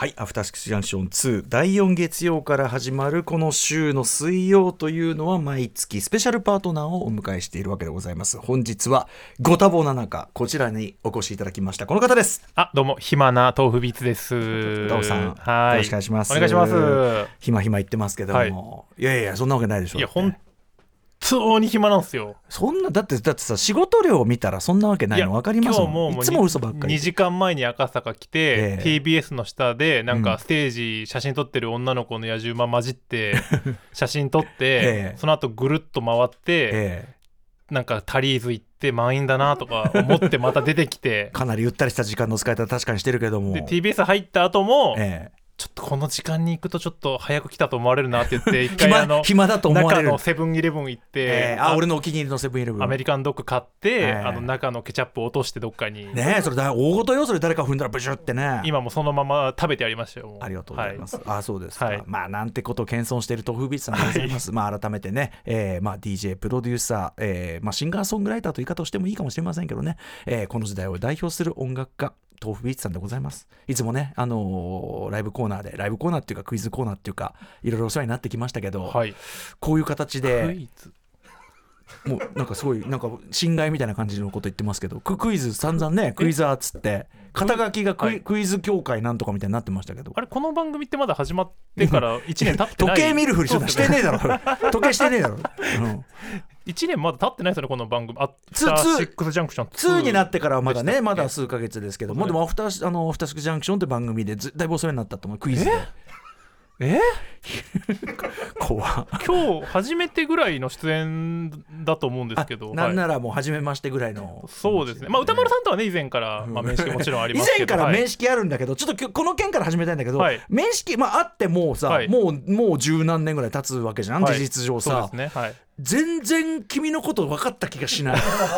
はいアフターシックスジャンクション2第4月曜から始まるこの週の水曜というのは毎月スペシャルパートナーをお迎えしているわけでございます。本日はご多忙な中こちらにお越しいただきましたこの方です。 どうも暇な豆腐ビーツです。 豆腐さんはいよろしくお願いします。 お願いします。 暇言ってますけども、はい、いやいやそんなわけないでしょ。 いや本当に暇なんですよ。 そんなだってさ仕事量を見たらそんなわけないの分かりますもん。いつも嘘ばっかり。 2時間前に赤坂来て、TBS の下でなんかステージ写真撮ってる女の子の野獣馬混じって写真撮って、その後ぐるっと回って、なんかタリーズ行って満員だなとか思ってまた出てきてかなりゆったりした時間の使い方確かにしてるけども、 で TBS 入った後も、ちょっとこの時間に行くとちょっと早く来たと思われるなって言って一回暇だと思われる中のセブンイレブン行って、 俺のお気に入りのセブンイレブンアメリカンドッグ買って、中のケチャップ落としてどっかにねえそれ大事よ。それ誰か踏んだらブシュってね。 今もそのまま食べてやりましたよ。 ありがとうございます、そうですか、 はい、 なんてことを謙遜している豆腐ビーツさんでございます、改めてね、DJ プロデューサー、シンガーソングライターという言い方をしてもいいかもしれませんけどね、この時代を代表する音楽家豆腐ビーツさんでございます。いつもね、ライブコーナーっていうかクイズコーナーっていうかいろいろお世話になってきましたけど、こういう形でクイズもうなんかすごいなんか侵害みたいな感じのこと言ってますけど、クイズ散々ねクイザーっつって肩書きがクイズ協会なんとかみたいになってましたけど、 あれこの番組ってまだ始まってから1年経ってない時計見るふりしてねえだろ時計してねえだろ、 1年まだ経ってないですよねこの番組。アフターシックスジャンクション 2になってからはまだねまだ数ヶ月ですけども、でもアフターシックスジャンクションって番組でだいぶお世話になったと思う。クイズで怖今日初めてぐらいの出演だと思うんですけど、 なんならもう初めましてぐらいの。 そうですね、歌丸さんとはね以前から、面識もちろんありますけど以前から面識あるんだけど、ちょっとこの件から始めたいんだけど、面識あってもうさ、もう十何年ぐらい経つわけじゃん、事実上さ。 そうですね、 全然君のこと分かった気がしない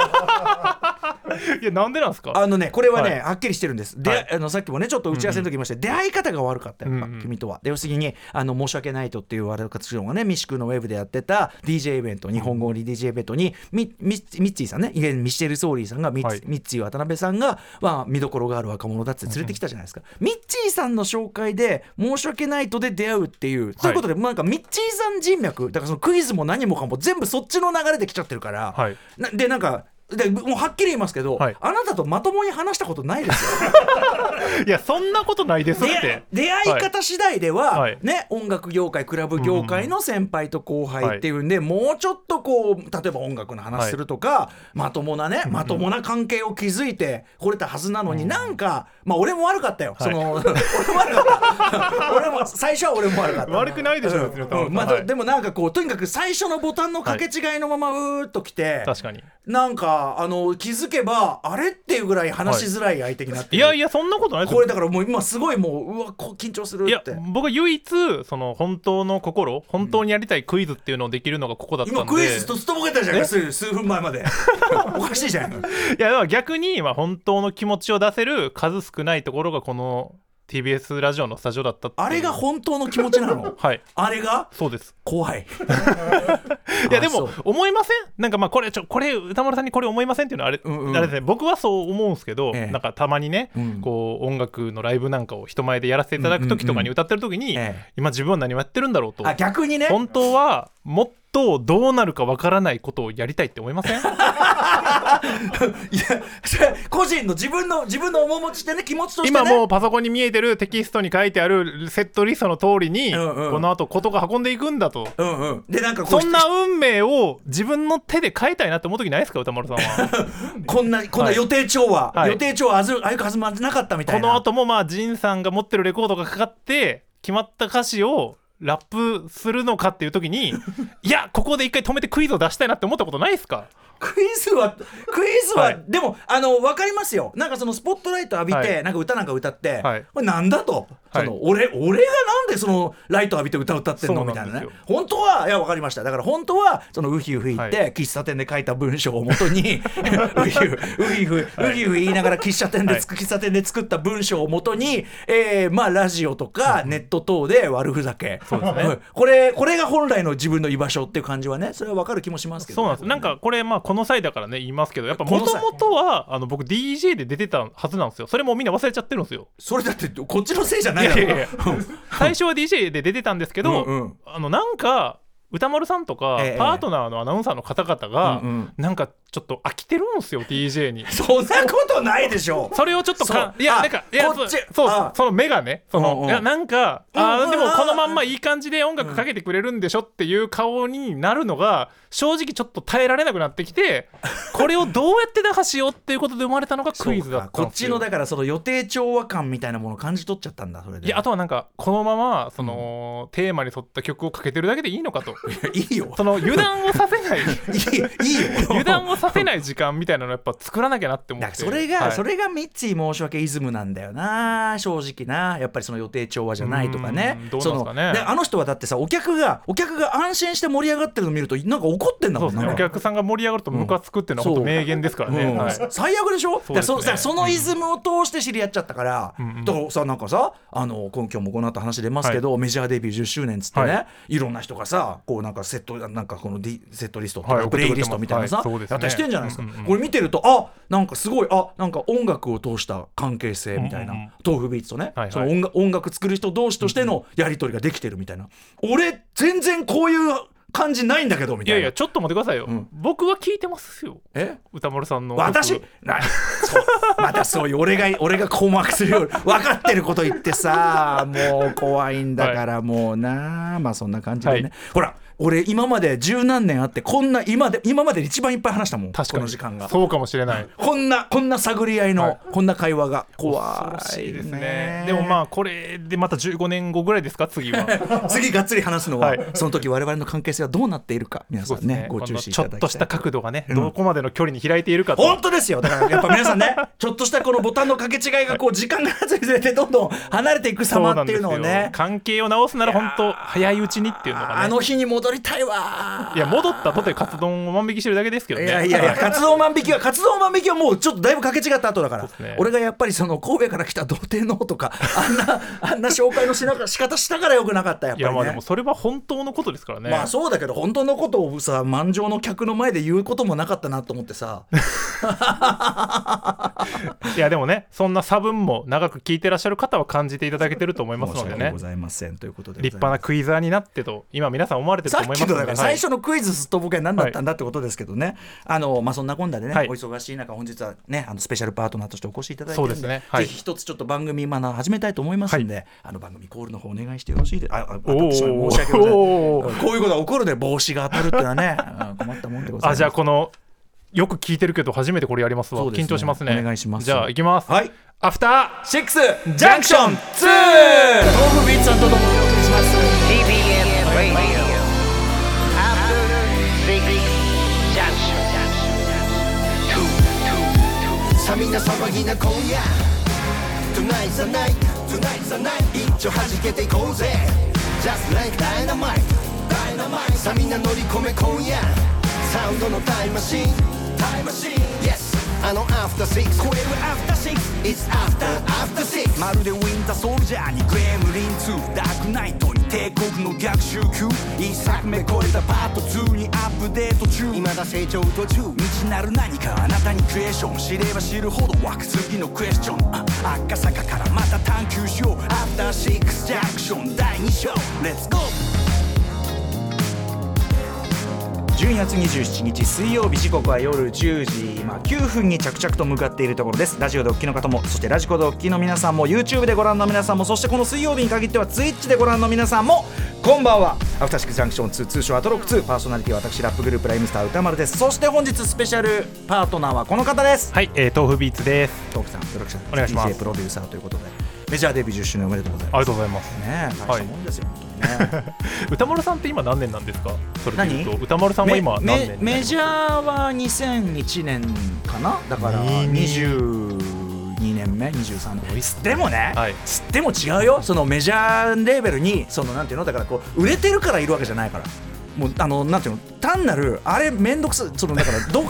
いやなんでなんですか。 これはね、はっきりしてるんです。で、さっきもねちょっと打ち合わせの時言いました、出会い方が悪かったやっぱ、君とは。で要するに申し訳ないとっていう我々活動がねミシクのウェブでやってた DJ イベント、日本語に DJ イベントにミッツィさんね、ミシェル・ソーリーさんがミッツィ渡辺さんが、見どころがある若者だって連れてきたじゃないですか。ミッツィさんの紹介で申し訳ないとで出会うっていう、そういうことでなんかミッツィさん人脈だから、そのクイズも何もかも全部そっちの流れで来ちゃってるから、でなんかもうはっきり言いますけど、あなたとまともに話したことないですよいやそんなことないですって。 出会い方次第では、ね、音楽業界クラブ業界の先輩と後輩っていうんで、もうちょっとこう例えば音楽の話するとか、まともな関係を築いてこれたはずなのに、なんか俺も悪かったよ、俺も悪かった俺も最初は俺も悪かった。 悪くないでしょ、 でもなんかこうとにかく最初のボタンの掛け違いのままうーっときて、 確かになんか気づけばあれっていうぐらい話しづらい相手になってる、 いやそんなことないですよ。 これだからもう今すごいもう緊張するって。 いや僕は唯一その本当にやりたいクイズっていうのをできるのがここだったんで。 今クイズとすとぼけたじゃん数分前までおかしいじゃん。いやだから逆に本当の気持ちを出せる数少ないところがこのTBS ラジオのスタジオだったっていう。 あれが本当の気持ちなのあれがそうです。 怖いいやでも思いません？なんかこれ歌丸さんにこれ思いませんっていうのはあれですね、僕はそう思うんですけど、なんかたまにね、こう音楽のライブなんかを人前でやらせていただく時とかに歌ってる時に、今自分は何をやってるんだろうと。 逆にね、 本当はもっとどうなるかわからないことをやりたいって思いません？いやそれ個人の自分の面持ちってね、気持ちとしてね、 今もうパソコンに見えてるテキストに書いてあるセットリストの通りに、この後ことが運んでいくんだと、 でなんかそんな運命を自分の手で変えたいなって思う時ないですか、歌丸さんは。 こんな予定調は、予定調はあゆくはずまでなかったみたいな。 この後も仁さんが持ってるレコードがかかって決まった歌詞をラップするのかっていう時にいやここで一回止めてクイズを出したいなって思ったことないですか？ クイズは、でも分かりますよ。なんかそのスポットライト浴びて、なんか歌なんか歌って、これなんだと、俺がなんでそのライト浴びて歌ってんのみたいなね。本当はいや分かりました。だから本当はそのウヒウヒ言って、喫茶店で書いた文章をもとにウヒウヒ言いながら喫茶店で作った文章をもとに、ラジオとかネット等で悪ふざけそうですねこれが本来の自分の居場所っていう感じはね、それは分かる気もしますけど、ね、 そうなんです。なんかこれこの際だからね言いますけど、やっぱもともとは僕 DJ で出てたはずなんですよ。それもみんな忘れちゃってるんですよ。 それだってこっちのせいじゃないだろ。 いや最初は DJ で出てたんですけど、なんか歌丸さんとか、パートナーのアナウンサーの方々が、なんかちょっと飽きてるんですよ DJ に。 そんなことないでしょ。 それをちょっといやなんかその目がねいやなんかでもこのまんまいい感じで音楽かけてくれるんでしょっていう顔になるのが正直ちょっと耐えられなくなってきて、これをどうやって打破しようっていうことで生まれたのがクイズだったんですよ。 こっちのだからその予定調和感みたいなものを感じ取っちゃったんだ。それでいや、あとはなんかこのままその、テーマに沿った曲をかけてるだけでいいのかと。 いいよ、 その油断をさせないいいよ油断をさせない時間みたいなのやっぱ作らなきゃなって思って、 それがミッツィ申し訳イズムなんだよな、正直な。やっぱりその予定調和じゃないとかね。 どうなんですかね。 であの人はだってさ、お客が安心して盛り上がってるのを見るとなんか怒ってんだもんね。 お客さんが盛り上がるとムカつくっていうのは本当名言ですからね、 最悪でしょ。 そうですね、 そのイズムを通して知り合っちゃったから、だからさ、なんかさ今日もこの後話出ますけど、メジャーデビュー10周年っつってね、いろんな人がさこうなんかセットセットリストとかプレイリストみたいなさ、やったりしてんじゃないですか。これ見てるとなんかすごいなんか音楽を通した関係性みたいな、豆腐ビーツとね、その音楽作る人同士としてのやり取りができてるみたいな。俺全然こういう感じないんだけどみたいな。 いやちょっと待ってくださいよ、僕は聞いてますよ。歌丸さんの私またそういう俺が困惑するよう分かってること言ってさ、もう怖いんだからもうな。そんな感じでね、ほら俺今まで十何年あって今まで一番いっぱい話したもん。 確かにこの時間がそうかもしれない。 こんな探り合いの、こんな会話が怖い、 恐ろしいですね。でもこれでまた15年後ぐらいですか、次は次がっつり話すのは、その時我々の関係性はどうなっているか、皆さんねご注視いただきたい。 ちょっとした角度がね、どこまでの距離に開いているかと。 本当ですよ。だからやっぱ皆さんねちょっとしたこのボタンの掛け違いが時間が経つにつれてどんどん離れていく様っていうのをね、 関係を直すなら本当早いうちにっていうのがね、 あの日に戻りたいわ。 いや戻ったとてカツ丼を万引きしてるだけですけどね。 いやカツ丼万引きはもうちょっとだいぶ掛け違った後だから、俺がやっぱりその神戸から来た童貞のとかあんな紹介の仕方したからよくなかった。やっぱりね。 いやでもそれは本当のことですからね。 そうだけど本当のことをさ満場の客の前で言うこともなかったなと思ってさいやでもね、そんな差分も長く聞いてらっしゃる方は感じていただけてると思いますのでね。 申し訳ございませんということで、 立派なクイザーになってと今皆さん思われてると思いますので、 さっきの最初のクイズすっとぼけ何だったんだってことですけどね、そんなこんなでね、お忙しい中本日はねスペシャルパートナーとしてお越しいただいてるんで、ぜひ一つちょっと番組始めたいと思いますんで、番組コールの方お願いしてよろしいですか。申し訳ございません。こういうことが起こるで帽子が当たるっていうのはね困ったもんでございます。 じゃあこのよく聞いてるけど初めてこれやりますわ。緊張しますね。 お願いします。 じゃあ行きます。 アフターシックスジャンクション2、豆腐ビーツさんとともにお送りします。 TBS Radio After 6 Junction さあみんな騒ぎな今夜 Tonight's the night Tonight's the night 一丁弾けていこうぜ Just like dynamite さあみんな乗り込め今夜サウンドのタイムマシン Yes アフターシックス超えるアフターシックス It's after 6まるでウィンターソルジャーにグレムリン2ダークナイトに帝国の逆襲級一作目超えたパート2にアップデート中未だ成長途中未知なる何かあなたにクエスチョン知れば知るほど湧く次のクエスチョン赤坂からまた探求しようアフターシックスジャンクション第2章 Let's go。 12月27日水曜日、時刻は夜10時、9分に着々と向かっているところです。ラジオでお聞きの方も、そしてラジコでお聞きの皆さんも、 YouTube でご覧の皆さんも、そしてこの水曜日に限っては Twitch でご覧の皆さんもこんばんは。アフターシックスジャンクション2、通称アトロック2、パーソナリティは私ラップグループライムスター歌丸です。そして本日スペシャルパートナーはこの方です。 はい、豆腐ビーツです。 豆腐さんよろしくお願いします。 DJ プロデューサーということでメジャーデビュー10周年おめでとうございます。 ありがとうございますね。大したもんですよ、ね、 歌丸さんって今何年なんですか。それでいうと歌丸さんは今何年。 メジャーは2001年かな。だから22年目23年でもね、でも違うよ。そのメジャーレーベルになんていうのだからこう売れてるからいるわけじゃないから、もうなんていうの単なるあれめんどくさい、そのだから恫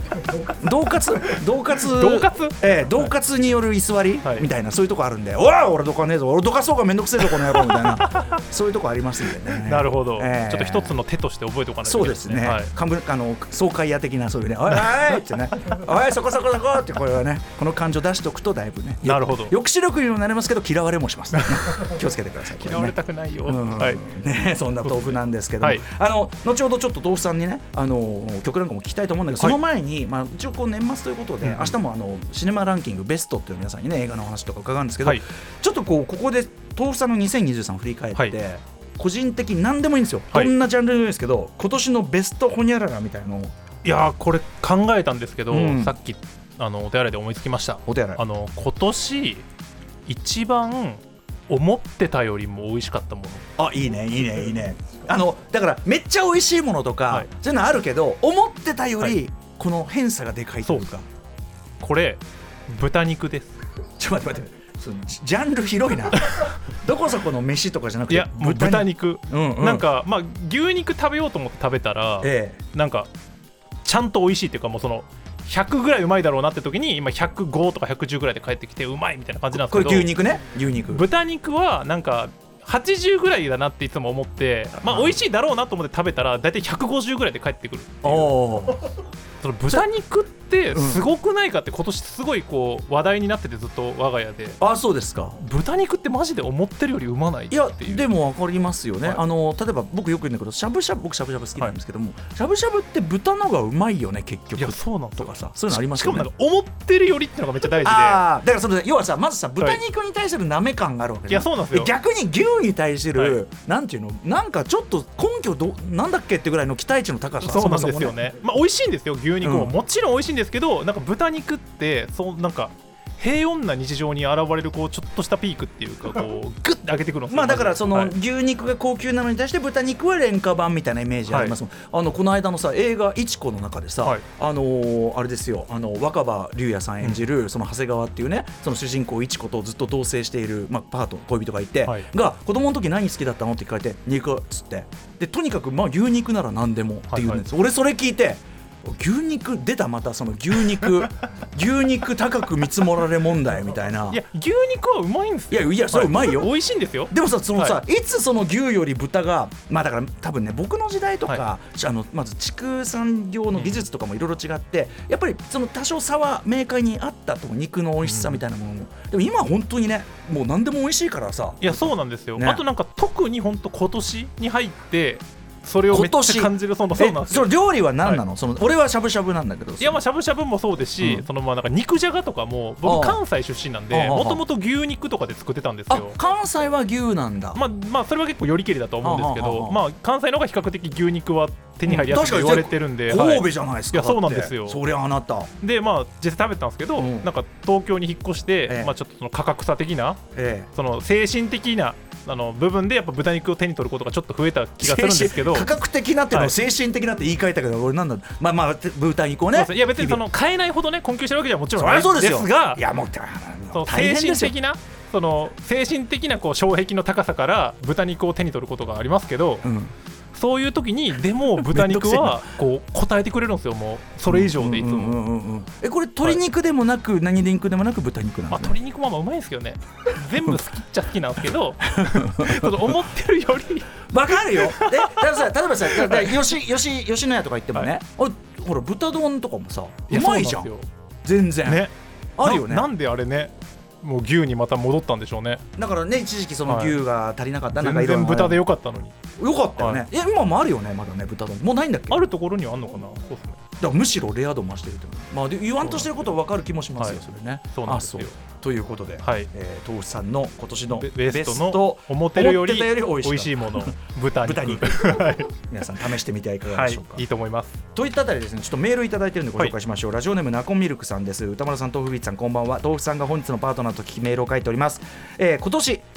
喝による居座りみたいな、そういうとこあるんで、おい俺どかねえぞ、俺どかそうがめんどくせえぞこの野郎みたいなそういうとこありますんでね。 なるほど、ちょっと一つの手として覚えておかないといけないですね。 そうですね、爽快屋的なそういうね、おいおいってねおいそこそこそこってこれはね、この感情出しておくとだいぶね、 なるほど、 抑止力にもなりますけど嫌われもします気をつけてください、 嫌われたくないよ、 ね、そんな豆腐なんですけども、後ほどちょっと豆腐さんにね曲なんかも聞きたいと思うんだけど、その前に、一応こう年末ということで、明日もシネマランキングベストっていう皆さんにね映画の話とか伺うんですけど、ちょっとここで豆腐さんの2023振り返って、個人的に何でもいいんですよ、どんなジャンルでもいいんですけど、今年のベストホニャララみたいなのを。 いやこれ考えたんですけど、さっきお手洗いで思いつきました。 お手洗い、 今年一番思ってたよりも美味しかったもの。 いいねだからめっちゃ美味しいものとか、そういうのあるけど思ってたよりこの偏差がでかいというか、 これ豚肉です。 ちょっと待ってジャンル広いなどこそこの飯とかじゃなくて、 いやもう豚肉、なんか牛肉食べようと思って食べたら、なんかちゃんと美味しいっていうか、もうその100ぐらいうまいだろうなって時に今105とか110ぐらいで帰ってきてうまいみたいな感じなんですけど、 これ牛肉ね、 豚肉はなんか80ぐらいだなっていつも思って、美味しいだろうなと思って食べたら大体150ぐらいで帰ってくるっていうその豚肉ってすごくないかって今年すごいこう話題になってて、ずっと我が家で。 そうですか。 豚肉ってマジで思ってるよりうまないっていう。 いやでも分かりますよね、例えば僕よく言うんだけど、しゃぶしゃぶ好きなんですけども、しゃぶしゃぶって豚のがうまいよね結局。 いやそうなんとかさ、そういうのありますよね。 しかもなんか思ってるよりっていうのがめっちゃ大事で、 だからその要はさ、まずさ豚肉に対するなめ感があるわけじゃん。 いやそうなんですよ。 逆に牛に対する、なんていうの、なんかちょっと根拠なんだっけってぐらいの期待値の高さ。 そうなんですよね。美味しいんですよ牛肉も、もちろん美味しいんですけど、なんか豚肉ってなんか平穏な日常に現れるこうちょっとしたピークっていうか、こうグッて上げてくるんですよ。 だからその牛肉が高級なのに対して豚肉は廉価版みたいなイメージありますもん。この間のさ映画いちこの中でさ、あれですよ、若葉龍也さん演じるその長谷川っていうね、その主人公いちことずっと同棲しているパート恋人がいて、が子供の時何好きだったのって聞かれて肉っつって、でとにかく牛肉なら何でもっていうんです。俺それ聞いて、牛肉出た、またその牛肉高く見積もられ問題みたいな。 いや牛肉はうまいんですよ。 いやそれうまいよ、 美味しいんですよ。 でもさ、そのさ、いつその牛より豚がだから多分ね、僕の時代とか、まず畜産業の技術とかもいろいろ違って、やっぱりその多少差は明快にあったと思う、肉の美味しさみたいなものも。でも今本当にね、もう何でも美味しいからさ。 いやそうなんですよ、あとなんか特に本当今年に入ってそれをめっちゃ感じる。そうなんですよ。 その料理は何なの？その俺はしゃぶしゃぶなんだけど。 いやしゃぶしゃぶもそうですし、そのなんか肉じゃがとかも僕関西出身なんで、もともと牛肉とかで作ってたんですよ。 関西は牛なんだ。 それは結構よりけりだと思うんですけど、関西の方が比較的牛肉は手に入りやすいと言われてるんで。 神戸じゃないですか。 いやそうなんですよ。 そりゃあなたで実際食べたんですけど、なんか東京に引っ越して、ちょっとその価格差的な、その精神的な部分でやっぱ豚肉を手に取ることがちょっと増えた気がするんですけど、 価格的なっていうのを精神的なって言い換えたけど、俺なんだ、豚肉をね、 いや別にその買えないほどね困窮してるわけじゃもちろんないですが、いやもう精神的なこう障壁の高さから豚肉を手に取ることがありますけど、そういう時にでも豚肉はこう答えてくれるんですよ。もうそれ以上でいつも。 これ鶏肉でもなく、何肉でもなく豚肉なんですね。 鶏肉もうまいんですけどね、全部好きっちゃ好きなんですけど思ってるより分かるよ。例えばさ吉野家とか行ってもね、ほら豚丼とかもさうまいじゃん全然ね。あるよね。 なんであれね、もう牛にまた戻ったんでしょうね。 だからね、一時期その牛が足りなかった、 全然豚でよかったのに。 よかったよね。今もあるよね、まだね、豚丼もうないんだっけ。 あるところにはあんのかな。そうですね。 だからむしろレア度増してるという、言わんとしてることは分かる気もしますよ、それね。 そうなんですよ。 ということで、豆腐さんの今年のベストの思ってるより美味しいもの、豚肉皆さん試してみてはいかがでしょうか。 いいと思います。 といったあたりですね、ちょっとメールいただいてるんでご紹介しましょう。ラジオネームナコンミルクさんです。歌丸さん、豆腐ビーツさん、こんばんは。豆腐さんが本日のパートナーと聞きメールを書いております。今年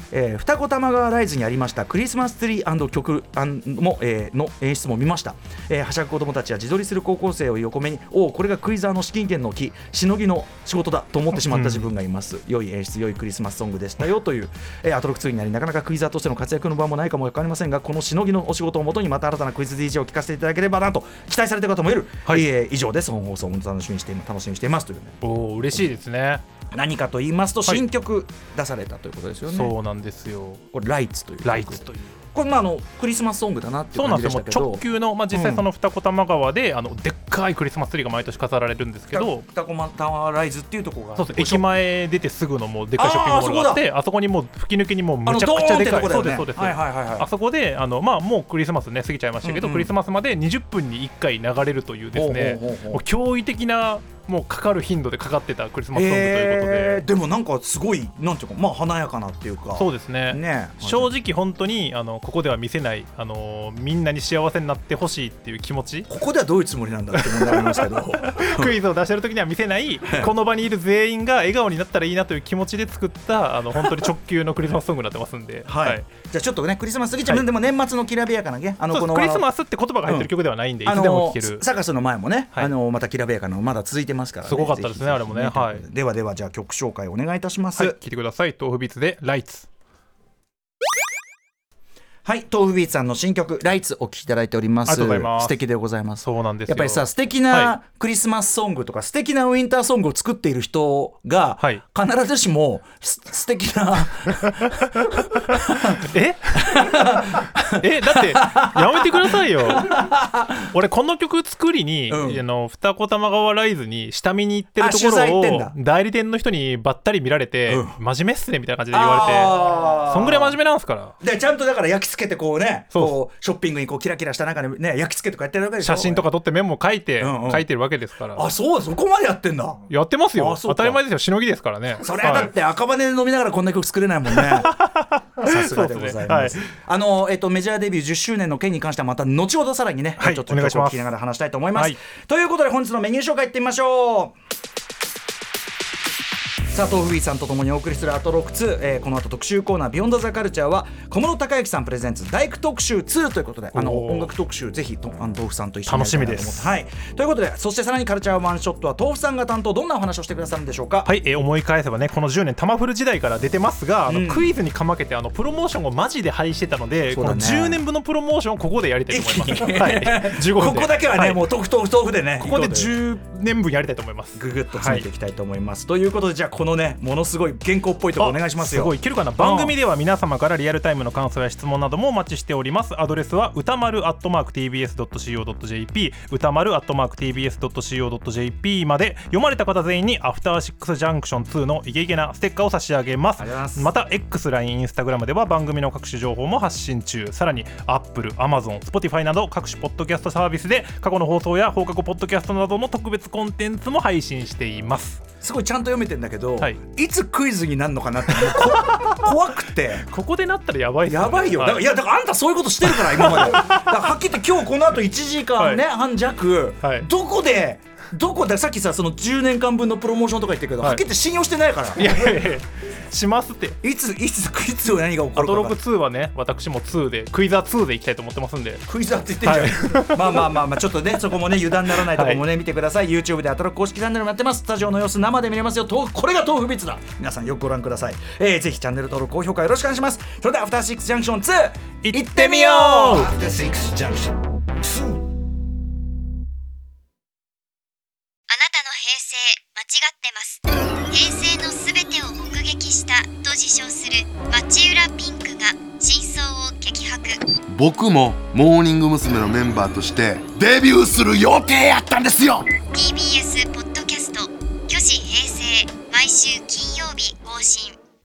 二子玉川ライズにありましたクリスマスツリー&曲も、の演出も見ました。はしゃぐ子供たちや自撮りする高校生を横目に、これがクイザーの資金源の木、しのぎの仕事だと思ってしまった自分がいます、良い演出、良いクリスマスソングでしたよという、アトロック2になり、なかなかクイザーとしての活躍の場もないかも分かりませんが、このしのぎのお仕事をもとにまた新たなクイズ DJ を聞かせていただければなと期待されている方もいる、以上です。本放送も楽しみにしていますというね。 嬉しいですね。 何かと言いますと、新曲出されたということですよね。 そうなんですよ。 これライツという曲。 ライツというこれクリスマスソングだなっていう感じでしたけど、 そうなんですよ。直球の、実際その二子玉川で、でっかいクリスマスツリーが毎年飾られるんですけど、 二子玉ライズっていうところが、 そうです。駅前出てすぐのもうでっかいショッピングモールがあって、あそこにもう吹き抜けにもうむちゃくちゃでかい、そうですそうです。あそこでもうクリスマスね過ぎちゃいましたけど、クリスマスまで20分に1回流れるというですね、もう驚異的なもうかかる頻度でかかってたクリスマスソングということで、 でもなんかすごいなんていうか、華やかなっていうか、 そうですね。正直本当にここでは見せない、みんなに幸せになってほしいっていう気持ち、 ここではどういうつもりなんだって問題ありますけどクイズを出してる時には見せないこの場にいる全員が笑顔になったらいいなという気持ちで作った本当に直球のクリスマスソングになってますんで、じゃあちょっとねクリスマス過ぎちゃう、でも年末のきらびやかなね、クリスマスって言葉が入ってる曲ではないんで、いつでも聴ける。 サカスの前もね、またきらびやかなのまだ続いてますからね。 すごかったですね、あれもね。 ではじゃあ曲紹介お願いいたします。 聞いてください。豆腐ビーツでライツ。 はい、豆腐ビーツさんの新曲ライツお聴きいただいております。 ありがとうございます。 素敵でございます。 そうなんですよ。 やっぱりさ、素敵なクリスマスソングとか、素敵なウィンターソングを作っている人が、必ずしも素敵なだってやめてくださいよ俺この曲作りに、二子玉川ライズに下見に行ってるところを代理店の人にばったり見られて、真面目っすねみたいな感じで言われて、そんぐらい真面目なんですから。 でちゃんとだから焼き付けてこうね、こうショッピングにこうキラキラした中でね焼き付けとかやってるわけでしょ。 写真とか撮ってメモ書いて、書いてるわけですから。 そこまでやってんだ。 やってますよ。当たり前ですよ。しのぎですからね。 それはだって赤羽で飲みながらこんな曲作れないもんねさすがでございます。メジャーデビュー10周年の件に関してはまた後ほどさらにね、ちょっと曲を聴きながら話したいと思います。ということで本日のメニュー紹介いってみましょう。さあ豆腐ビーツさんとともにお送りするアトロック2、この後特集コーナービヨンドザカルチャーは小室孝之さんプレゼンツ大工特集2ということで、音楽特集ぜひ豆腐さんと一緒に楽しみです。 ということで、そしてさらにカルチャーワンショットは豆腐さんが担当、どんなお話をしてくださるんでしょうか。 思い返せばね、この10年タマフル時代から出てますが、クイズにかまけてプロモーションをマジで廃してたので、この10年分のプロモーションをここでやりたいと思います。15分でここだけはね、もう豆腐でね、 ここで10年分やりたいと思います。 ぐぐっと詰めていきたいと思います。ということで、じゃあこのね、ものすごい原稿っぽいところお願いしますよ。 すごいいけるかな。番組では皆様からリアルタイムの感想や質問などもお待ちしております。アドレスは歌丸@tbs.co.jp 歌丸@tbs.co.jp まで。読まれた方全員にアフターシックスジャンクション2のイケイケなステッカーを差し上げます。また X、LINE、Instagram では番組の各種情報も発信中。さらに Apple、Amazon、Spotify など各種ポッドキャストサービスで過去の放送や放課後ポッドキャストなどの特別コンテンツも配信しています。 すごいちゃんと読めてんだけど、いつクイズになるのかなって怖くてここでなったらやばいっすよね。 やばいよ。だからあんたそういうことしてるから今までだからはっきり言って今日この後1時間ね、半弱、どこでさっきさその10年間分のプロモーションとか言ってるけど、はっきり言って信用してないから。 いやしますって。 いつクイズを何が起こるか。 アトロク2はね、私も2でクイザー2でいきたいと思ってますんで。 クイザーって言ってんじゃん、まあちょっとねそこもね油断ならないところもね、見てください。 YouTube でアトロク公式チャンネルもやってます。スタジオの様子生で見れますよ。これが豆腐ビーツだ。皆さんよくご覧ください。ぜひチャンネル登録高評価よろしくお願いします。それではアフターシックスジャンクション2行ってみよう。 アフターシックスジャンクション2。 平成のすべてを目撃したと自称する町浦ピンクが真相を激白。 僕もモーニング娘。のメンバーとしてデビューする予定やったんですよ。 TBS